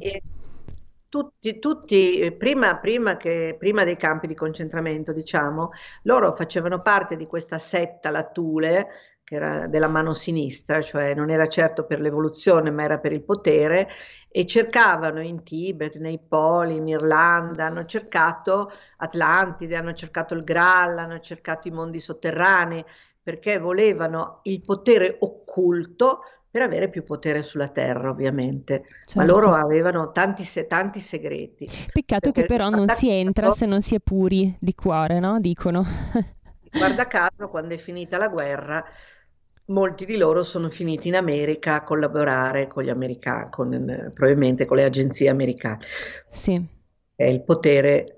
S3: prima dei campi di concentramento, diciamo, loro facevano parte di questa setta, la Thule, che era della mano sinistra, cioè non era certo per l'evoluzione, ma era per il potere, e cercavano in Tibet, nei poli, in Irlanda, hanno cercato Atlantide, hanno cercato il Graal, hanno cercato i mondi sotterranei, perché volevano il potere occulto per avere più potere sulla terra, ovviamente. Ma loro
S2: Certo.
S3: avevano tanti segreti,
S2: Peccato che
S3: perché
S2: però non
S3: guarda
S2: si entra
S3: caso,
S2: se non si è puri di cuore, no? Dicono.
S3: guarda caso, quando è finita la guerra, molti di loro sono finiti in America a collaborare con gli americani, probabilmente con le agenzie americane.
S2: Sì.
S3: E il potere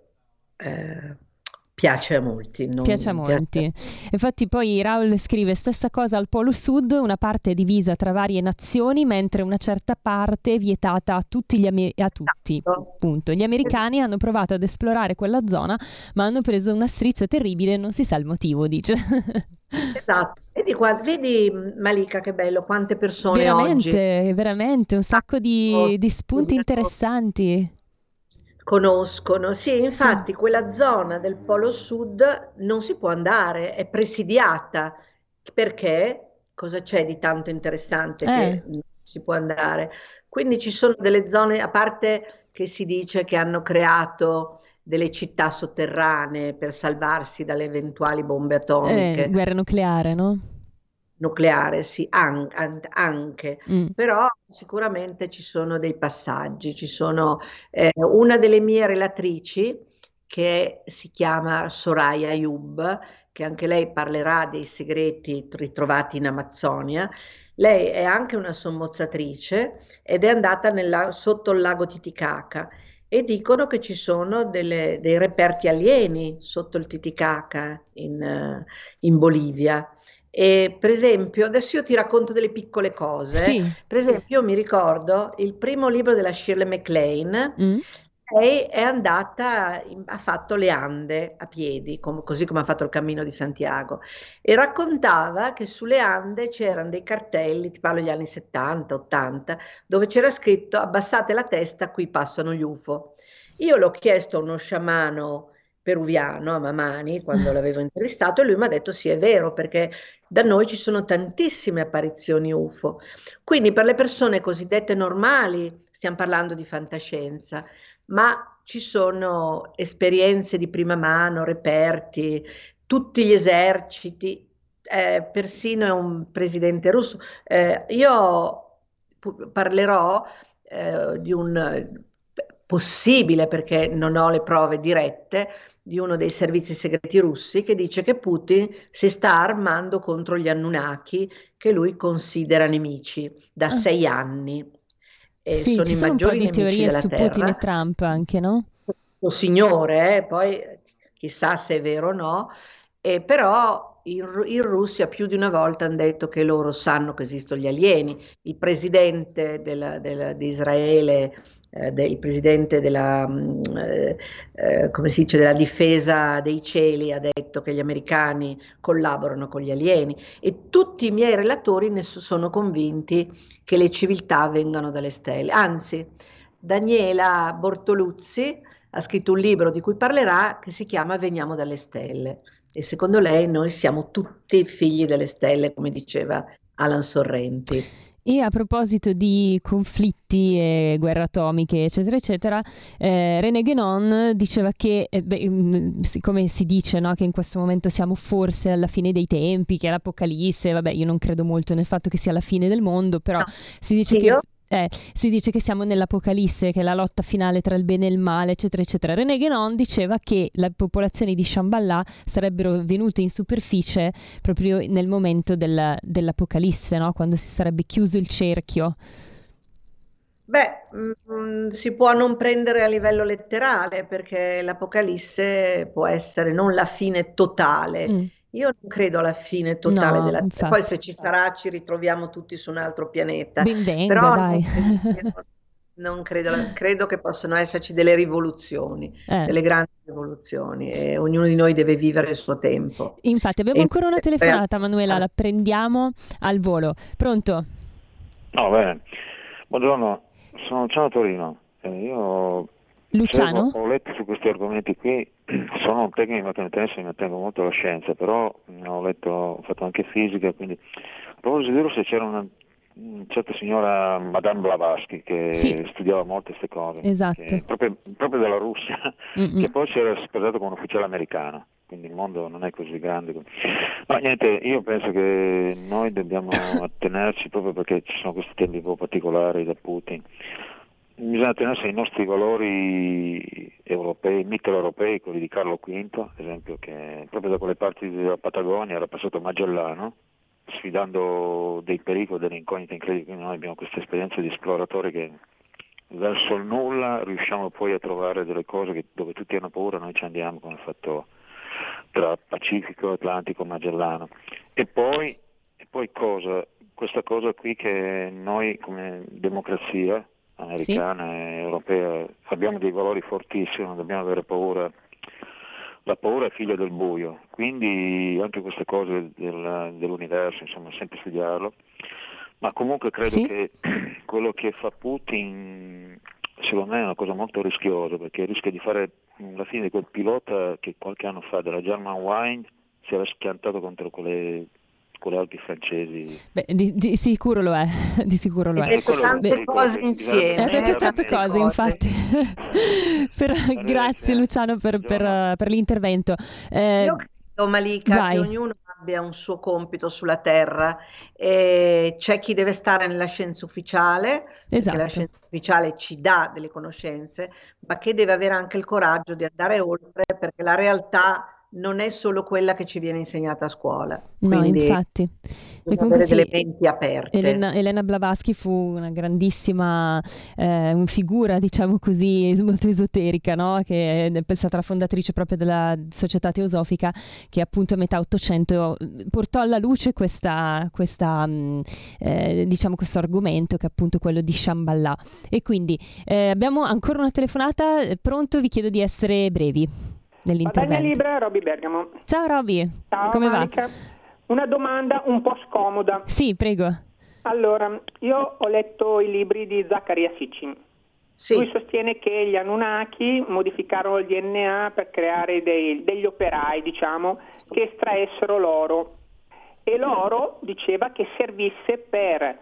S3: piace a molti,
S2: Piace a
S3: non piace.
S2: molti. Infatti poi Raul scrive stessa cosa al Polo Sud, una parte è divisa tra varie nazioni, mentre una certa parte è vietata a tutti a tutti.
S3: Esatto.
S2: Punto. Gli americani hanno provato ad esplorare quella zona, ma hanno preso una strizza terribile, non si sa il motivo, dice.
S3: Esatto. Vedi, vedi Malika che bello, quante persone oggi
S2: Veramente, veramente, un sacco di spunti interessanti.
S3: conoscono. Sì,
S2: Sì.
S3: infatti quella zona del Polo Sud non si può andare, è presidiata. Perché? Cosa c'è di tanto interessante
S2: Eh,
S3: che non si può andare? Quindi ci sono delle zone, a parte che si dice che hanno creato delle città sotterranee per salvarsi dalle eventuali bombe atomiche.
S2: guerra nucleare, no?
S3: Nucleare, sì, anche,
S2: Mm.
S3: però sicuramente ci sono dei passaggi. Ci sono una delle mie relatrici che si chiama Soraya Ayub, che anche lei parlerà dei segreti ritrovati in Amazzonia. Lei è anche una sommozzatrice ed è andata sotto il lago Titicaca, e dicono che ci sono dei reperti alieni sotto il Titicaca in Bolivia. E per esempio, adesso io ti racconto delle piccole cose.
S2: Sì.
S3: Per esempio, io mi ricordo il primo libro della Shirley MacLaine.
S2: Mm.
S3: Lei è andata, ha fatto le Ande a piedi, così come ha fatto il Cammino di Santiago, e raccontava che sulle Ande c'erano dei cartelli, ti parlo degli anni 70, 80, dove c'era scritto: abbassate la testa, qui passano gli UFO. Io l'ho chiesto a uno sciamano peruviano, a Mamani, quando l'avevo intervistato, e lui mi ha detto sì, è vero, perché da noi ci sono tantissime apparizioni UFO. Quindi per le persone cosiddette normali stiamo parlando di fantascienza, ma ci sono esperienze di prima mano, reperti, tutti gli eserciti, persino un presidente russo. Io parlerò di un possibile, perché non ho le prove dirette, di uno dei servizi segreti russi che dice che Putin si sta armando contro gli Anunnaki, che lui considera nemici da
S2: Ah,
S3: 6 anni. E
S2: sì,
S3: sono
S2: ci
S3: i
S2: sono un po'
S3: maggiori
S2: di
S3: nemici
S2: teorie
S3: della
S2: su Putin e
S3: Terra.
S2: Trump anche, no?
S3: O signore, poi chissà se è vero o no, però in Russia più di una volta hanno detto che loro sanno che esistono gli alieni. Il presidente di Israele, il presidente come si dice, della difesa dei cieli, ha detto che gli americani collaborano con gli alieni, e tutti i miei relatori ne sono convinti che le civiltà vengano dalle stelle. Anzi, Daniela Bortoluzzi ha scritto un libro di cui parlerà, che si chiama Veniamo dalle stelle, e secondo lei noi siamo tutti figli delle stelle, come diceva Alan Sorrenti.
S2: E a proposito di conflitti e guerre atomiche, eccetera, eccetera, René Guénon diceva che, siccome si dice, no, che in questo momento siamo forse alla fine dei tempi, che è l'Apocalisse, vabbè, io non credo molto nel fatto che sia la fine del mondo, però
S3: No.
S2: si dice che
S3: Io?
S2: si dice che siamo nell'Apocalisse, che è la lotta finale tra il bene e il male, eccetera, eccetera. René Guénon diceva che le popolazioni di Shambhala sarebbero venute in superficie proprio nel momento dell'Apocalisse, no? Quando si sarebbe chiuso il cerchio.
S3: Beh, si può non prendere a livello letterale, perché l'Apocalisse può essere non la fine totale, Io non credo alla fine totale
S2: No,
S3: della Terra. Poi
S2: infatti.
S3: se ci sarà ci ritroviamo tutti su un altro pianeta,
S2: Ben venga,
S3: però
S2: dai.
S3: non credo, credo che possano esserci delle rivoluzioni,
S2: Eh.
S3: delle grandi rivoluzioni e ognuno di noi deve vivere il suo tempo.
S2: Infatti, abbiamo
S3: E
S2: ancora una
S3: invece
S2: telefonata, Manuela, la prendiamo al volo. Pronto?
S9: No, bene. Buongiorno, sono Luciano Torino. Io
S2: Luciano?
S9: ho letto su questi argomenti qui, sono un tecnico di manutenenza, mi attengo molto alla scienza, però ho fatto anche fisica, quindi proprio desidero se c'era una certa signora Madame Blavatsky che
S2: Sì.
S9: studiava molte queste cose,
S2: Esatto.
S9: proprio della Russia,
S2: Mm-mm.
S9: che poi si era sposato con un ufficiale americano, quindi il mondo non è così grande. Ma niente, io penso che noi dobbiamo attenerci, proprio perché ci sono questi tempi un po' particolari da Putin, bisogna attenersi ai nostri valori europei, mitteleuropei, quelli di Carlo V, ad esempio, che proprio da quelle parti della Patagonia era passato Magellano, sfidando dei pericoli, delle incognite incredibili. Noi abbiamo questa esperienza di esploratori che verso il nulla riusciamo poi a trovare delle cose dove tutti hanno paura, noi ci andiamo, come ha fatto tra Pacifico, Atlantico, Magellano. E poi questa cosa qui che noi come democrazia americana e europea abbiamo dei valori fortissimi, non dobbiamo avere paura. La paura è figlia del buio, quindi anche queste cose dell'universo, insomma, sempre studiarlo, ma comunque credo che quello che fa Putin secondo me è una cosa molto rischiosa, perché rischia di fare la fine di quel pilota che qualche anno fa della Germanwings si era schiantato contro quelle Alpi francesi.
S2: Beh, di sicuro lo è, di sicuro lo è.
S3: Ha detto tante cose insieme.
S2: Ha detto tante cose, infatti. Però, grazie Luciano per l'intervento.
S3: Io credo, Malika, che ognuno abbia un suo compito sulla Terra. C'è chi deve stare nella scienza ufficiale, perché la scienza ufficiale ci dà delle conoscenze, ma che deve avere anche il coraggio di andare oltre, perché la realtà non è solo quella che ci viene insegnata a scuola.
S2: No,
S3: Quindi
S2: infatti.
S3: avere delle menti aperte.
S2: Elena Blavatsky fu una grandissima figura, diciamo così, molto esoterica, no? Che è stata la fondatrice proprio della Società Teosofica, che appunto a metà Ottocento portò alla luce diciamo questo argomento, che è appunto quello di Shambhala. E quindi abbiamo ancora una telefonata. Pronto? Vi chiedo di essere brevi nell'intervento.
S10: Guadagna Libera, Roby Bergamo.
S2: Ciao Roby,
S10: ciao,
S2: come
S10: Monica. Va? Una domanda un po' scomoda.
S2: Sì, prego.
S10: Allora, io ho letto i libri di Zaccaria Sitchin. Sì. Lui sostiene che gli Anunnaki modificarono il DNA per creare degli operai, diciamo, che estraessero l'oro. E l'oro diceva che servisse per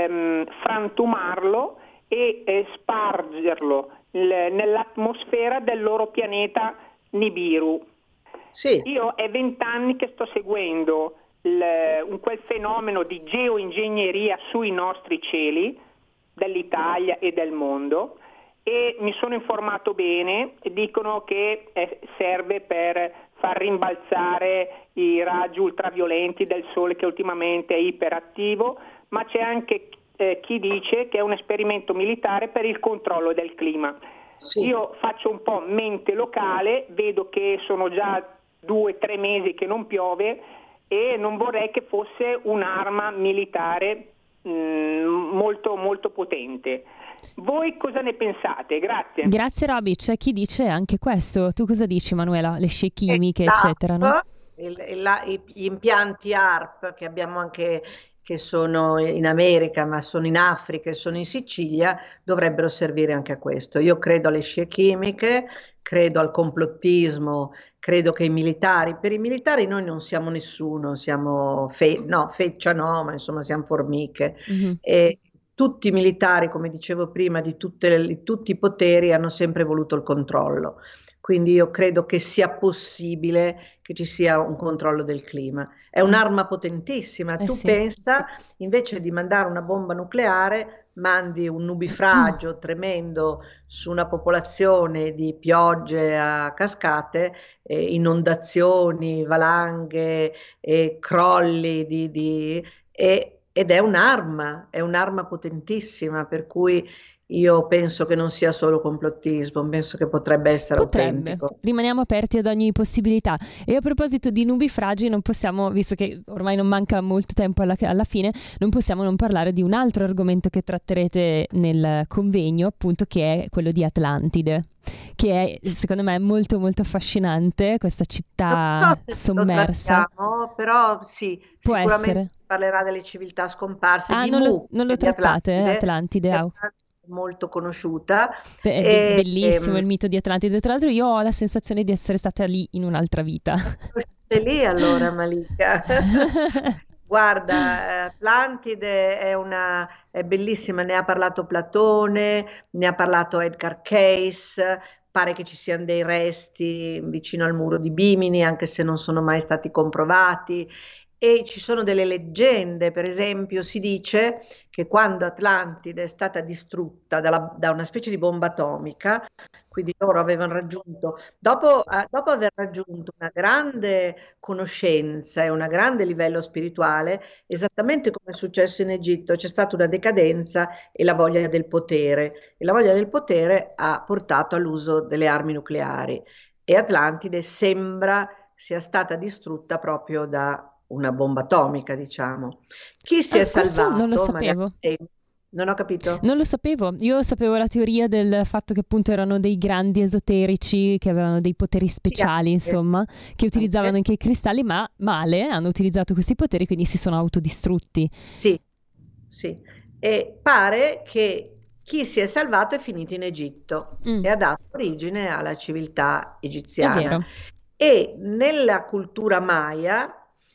S10: frantumarlo e spargerlo nell'atmosfera del loro pianeta Nibiru. Sì. Io è 20 anni che sto seguendo quel fenomeno di geoingegneria sui nostri cieli dell'Italia e del mondo, e mi sono informato bene. Dicono che serve per far rimbalzare i raggi ultraviolenti del Sole, che ultimamente è iperattivo, ma c'è anche chi dice che è un esperimento militare per il controllo del clima. Sì. Io faccio un po' mente locale, vedo che sono già 2-3 mesi che non piove e non vorrei che fosse un'arma militare molto molto potente. Voi cosa ne pensate? Grazie.
S2: Grazie Roby, c'è chi dice anche questo. Tu cosa dici, Manuela? Le scie chimiche, eccetera, no?
S3: Gli impianti ARP che abbiamo anche, che sono in America, ma sono in Africa e sono in Sicilia, dovrebbero servire anche a questo. Io credo alle scie chimiche, credo al complottismo, credo che per i militari noi non siamo nessuno, siamo feccia no, ma insomma siamo formiche. Mm-hmm. E tutti i militari, come dicevo prima, di tutti i poteri hanno sempre voluto il controllo. Quindi io credo che sia possibile che ci sia un controllo del clima. È un'arma potentissima. Tu pensa, invece di mandare una bomba nucleare, mandi un nubifragio tremendo su una popolazione di piogge a cascate, inondazioni, valanghe, crolli ed è un'arma potentissima, per cui io penso che non sia solo complottismo, penso che potrebbe essere autentico.
S2: Rimaniamo aperti ad ogni possibilità. E a proposito di nubifragi, non possiamo, visto che ormai non manca molto tempo alla fine, non possiamo non parlare di un altro argomento che tratterete nel convegno, appunto, che è quello di Atlantide, che è, secondo me, molto molto affascinante, questa città sommersa.
S3: Però sì,
S2: può
S3: sicuramente
S2: essere.
S3: Parlerà delle civiltà scomparse, di
S2: non lo
S3: di
S2: trattate, Atlantide.
S3: Molto conosciuta.
S2: È bellissimo il mito di Atlantide. Tra l'altro io ho la sensazione di essere stata lì in un'altra vita.
S3: Sei lì allora, Malika? Guarda, Atlantide è bellissima, ne ha parlato Platone, ne ha parlato Edgar Cayce, pare che ci siano dei resti vicino al muro di Bimini, anche se non sono mai stati comprovati. E ci sono delle leggende, per esempio si dice che quando Atlantide è stata distrutta da una specie di bomba atomica, quindi loro avevano raggiunto, dopo aver raggiunto una grande conoscenza e un grande livello spirituale, esattamente come è successo in Egitto, c'è stata una decadenza e la voglia del potere. E la voglia del potere ha portato all'uso delle armi nucleari. E Atlantide sembra sia stata distrutta proprio da una bomba atomica, diciamo. Chi si è salvato?
S2: Non lo sapevo.
S3: Non ho capito.
S2: Non lo sapevo. Io sapevo la teoria del fatto che appunto erano dei grandi esoterici che avevano dei poteri speciali, insomma, che utilizzavano anche i cristalli, ma male, hanno utilizzato questi poteri, quindi si sono autodistrutti.
S3: Sì. E pare che chi si è salvato è finito in Egitto e ha dato origine alla civiltà egiziana.
S2: È vero.
S3: E nella cultura Maya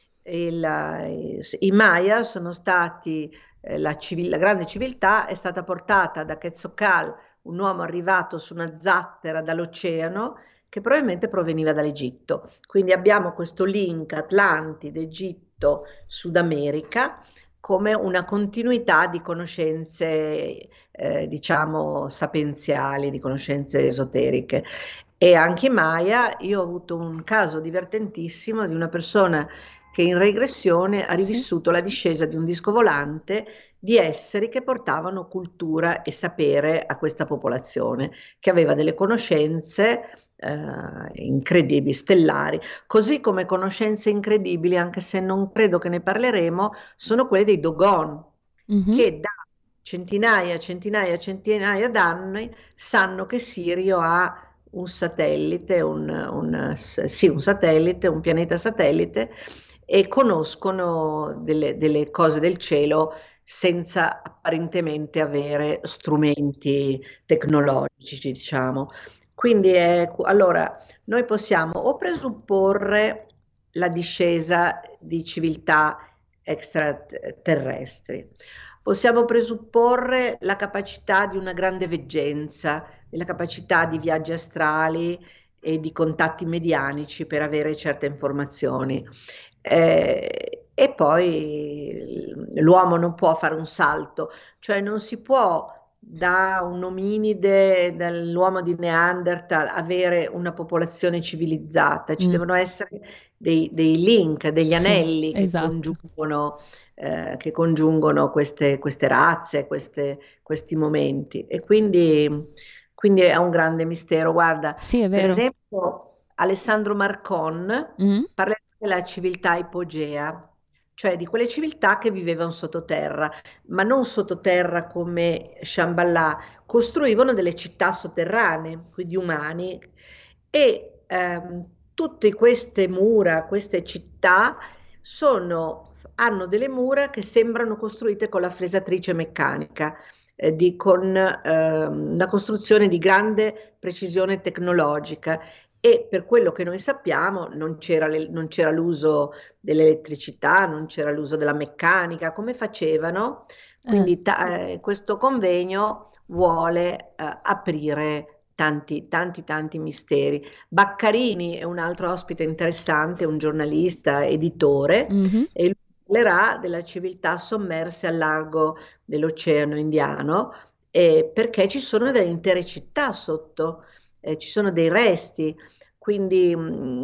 S3: i Maya sono stati, la grande civiltà è stata portata da Quetzalcoatl, un uomo arrivato su una zattera dall'oceano che probabilmente proveniva dall'Egitto. Quindi abbiamo questo link Atlantide, Egitto, Sud America come una continuità di conoscenze, diciamo, sapienziali, di conoscenze esoteriche. E anche i Maya, io ho avuto un caso divertentissimo di una persona che in regressione ha rivissuto la discesa di un disco volante di esseri che portavano cultura e sapere a questa popolazione, che aveva delle conoscenze incredibili, stellari, così come conoscenze incredibili, anche se non credo che ne parleremo, sono quelle dei Dogon, che da centinaia d'anni sanno che Sirio ha un satellite, un satellite, un pianeta satellite, e conoscono delle cose del cielo senza apparentemente avere strumenti tecnologici, diciamo. Quindi allora noi possiamo o presupporre la discesa di civiltà extraterrestri, possiamo presupporre la capacità di una grande veggenza, la capacità di viaggi astrali e di contatti medianici per avere certe informazioni. E poi l'uomo non può fare un salto, cioè non si può da un ominide, dall'uomo di Neanderthal, avere una popolazione civilizzata. Ci devono essere dei link, degli anelli che congiungono queste razze, questi momenti. E quindi è un grande mistero. Guarda, per esempio Alessandro Marcon parla della civiltà ipogea, cioè di quelle civiltà che vivevano sottoterra, ma non sottoterra come Shambhala, costruivano delle città sotterranee, quindi umani, e tutte queste mura, queste città hanno delle mura che sembrano costruite con la fresatrice meccanica, con una costruzione di grande precisione tecnologica. E per quello che noi sappiamo non c'era l'uso dell'elettricità, non c'era l'uso della meccanica, come facevano? Quindi questo convegno vuole aprire tanti misteri. Baccarini è un altro ospite interessante, un giornalista, editore, e lui parlerà della civiltà sommerse al largo dell'Oceano Indiano, perché ci sono delle intere città sotto. Ci sono dei resti, quindi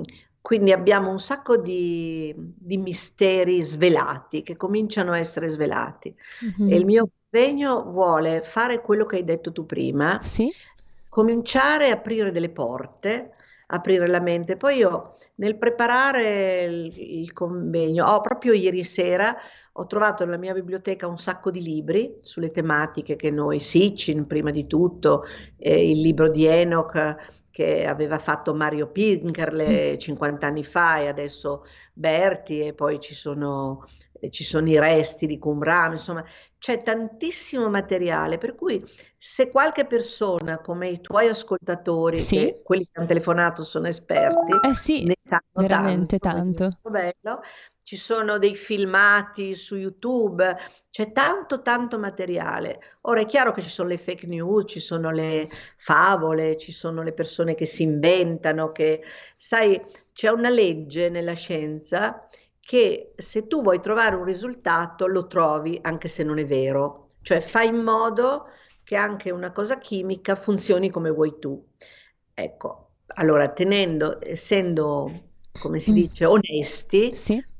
S3: quindi abbiamo un sacco di misteri svelati che cominciano a essere svelati. E il mio convegno vuole fare quello che hai detto tu prima, cominciare a aprire delle porte, aprire la mente. Poi io nel preparare il convegno, proprio ieri sera ho trovato nella mia biblioteca un sacco di libri sulle tematiche che noi, Sitchin prima di tutto, il libro di Enoch che aveva fatto Mario Pinkerle 50 anni fa, e adesso Berti, e poi ci sono i resti di Qumran, insomma c'è tantissimo materiale, per cui se qualche persona come i tuoi ascoltatori, che quelli che hanno telefonato sono esperti, ne sanno
S2: veramente tanto.
S3: È molto bello. Ci sono dei filmati su YouTube, c'è tanto materiale. Ora è chiaro che ci sono le fake news, ci sono le favole, ci sono le persone che si inventano, che sai, c'è una legge nella scienza che se tu vuoi trovare un risultato lo trovi anche se non è vero, cioè fai in modo che anche una cosa chimica funzioni come vuoi tu. Ecco, allora essendo, come si dice, onesti,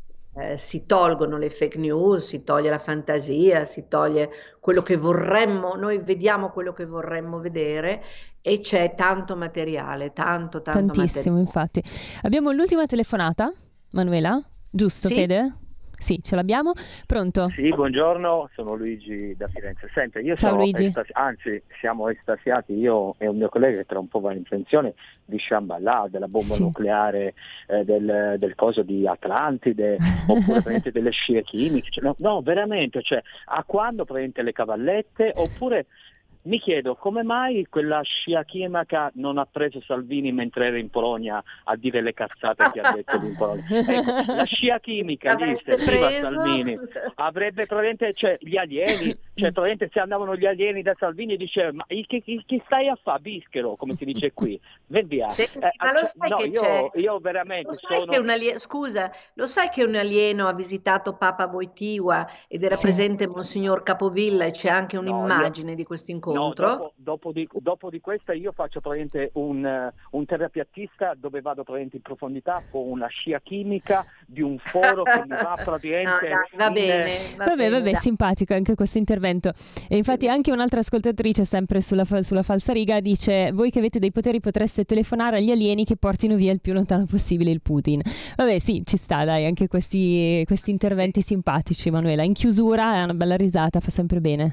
S3: si tolgono le fake news, si toglie la fantasia, si toglie quello che vorremmo, noi vediamo quello che vorremmo vedere, e c'è tanto materiale, tanto
S2: tantissimo materiale. Infatti. Abbiamo l'ultima telefonata, Manuela? Giusto, Fede? Sì, ce l'abbiamo. Pronto?
S11: Sì, buongiorno, sono Luigi da Firenze. Senta,
S2: Ciao Luigi.
S11: Siamo estasiati, io e un mio collega che tra un po' va in pensione, di Shambhala, della bomba nucleare, del coso di Atlantide, oppure praticamente delle scie chimiche. Cioè, no, veramente, cioè, a quando praticamente le cavallette, oppure... Mi chiedo come mai quella scia chimica non ha preso Salvini mentre era in Polonia a dire le cazzate che ha detto in Polonia. Ecco, la scia chimica lì serviva Salvini, avrebbe probabilmente, cioè gli alieni, cioè probabilmente se andavano gli alieni da Salvini diceva ma chi stai a fa bischero, come si dice qui, via.
S3: Ma lo sai che
S11: io veramente
S3: scusa, lo sai che un alieno ha visitato Papa Wojtyła ed era presente Monsignor Capovilla, e c'è anche un'immagine di questo incontro?
S11: No, dopo di questa io faccio praticamente un terapeutista dove vado praticamente in profondità con una scia chimica di un foro che mi va praticamente...
S3: Va bene,
S2: simpatico anche questo intervento. E infatti anche un'altra ascoltatrice, sempre sulla falsariga, dice: voi che avete dei poteri potreste telefonare agli alieni che portino via il più lontano possibile il Putin. Vabbè, sì, ci sta, dai, anche questi interventi simpatici, Manuela. In chiusura è una bella risata, fa sempre bene.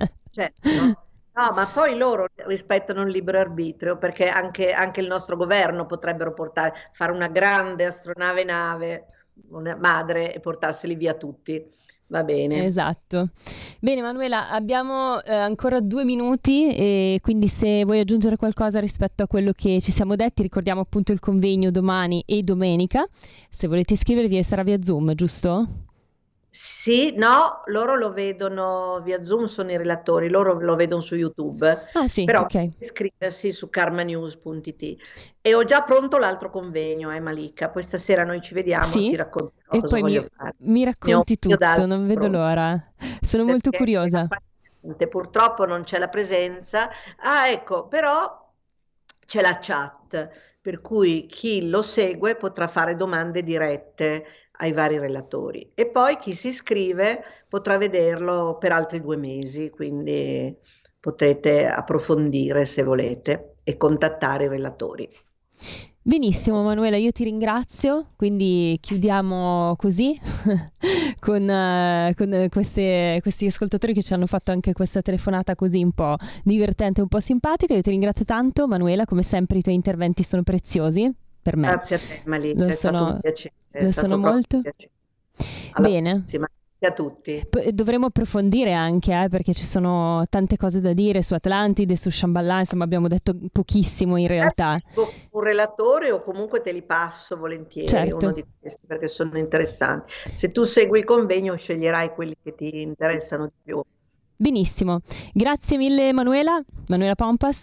S3: No, ma poi loro rispettano il libero arbitrio, perché anche il nostro governo potrebbero fare una grande astronave una madre, e portarseli via tutti. Va bene.
S2: Esatto. Bene Manuela, abbiamo ancora 2 minuti, e quindi se vuoi aggiungere qualcosa rispetto a quello che ci siamo detti, ricordiamo appunto il convegno domani e domenica. Se volete iscrivervi sarà via Zoom, giusto?
S3: Sì, no, loro lo vedono via Zoom, sono i relatori, loro lo vedono su YouTube. Però iscriversi su karmanews.it. E ho già pronto l'altro convegno, Malika, poi stasera noi ci vediamo, ti racconterò cosa voglio fare.
S2: Mi racconti tutto, non vedo l'ora. Sono molto curiosa.
S3: Purtroppo non c'è la presenza. Ecco, però c'è la chat, per cui chi lo segue potrà fare domande dirette ai vari relatori, e poi chi si iscrive potrà vederlo per altri 2 mesi, quindi potrete approfondire se volete e contattare i relatori.
S2: Benissimo Manuela, io ti ringrazio, quindi chiudiamo così con questi ascoltatori che ci hanno fatto anche questa telefonata così un po' divertente, un po' simpatica. Io ti ringrazio tanto Manuela, come sempre i tuoi interventi sono preziosi per me.
S3: Grazie a te Malika, è stato un piacere.
S2: Lo sono molto. Bene.
S3: Grazie a tutti.
S2: Dovremo approfondire anche, perché ci sono tante cose da dire su Atlantide, su Shambhala, insomma abbiamo detto pochissimo in realtà.
S3: Un relatore, o comunque te li passo volentieri, uno di questi, perché sono interessanti. Se tu segui il convegno sceglierai quelli che ti interessano di più.
S2: Benissimo, grazie mille Manuela Pompas.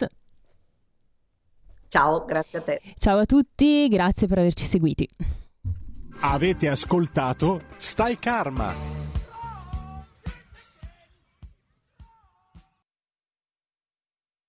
S3: Ciao, grazie a te.
S2: Ciao a tutti, grazie per averci seguiti.
S1: Avete ascoltato Stai Karma.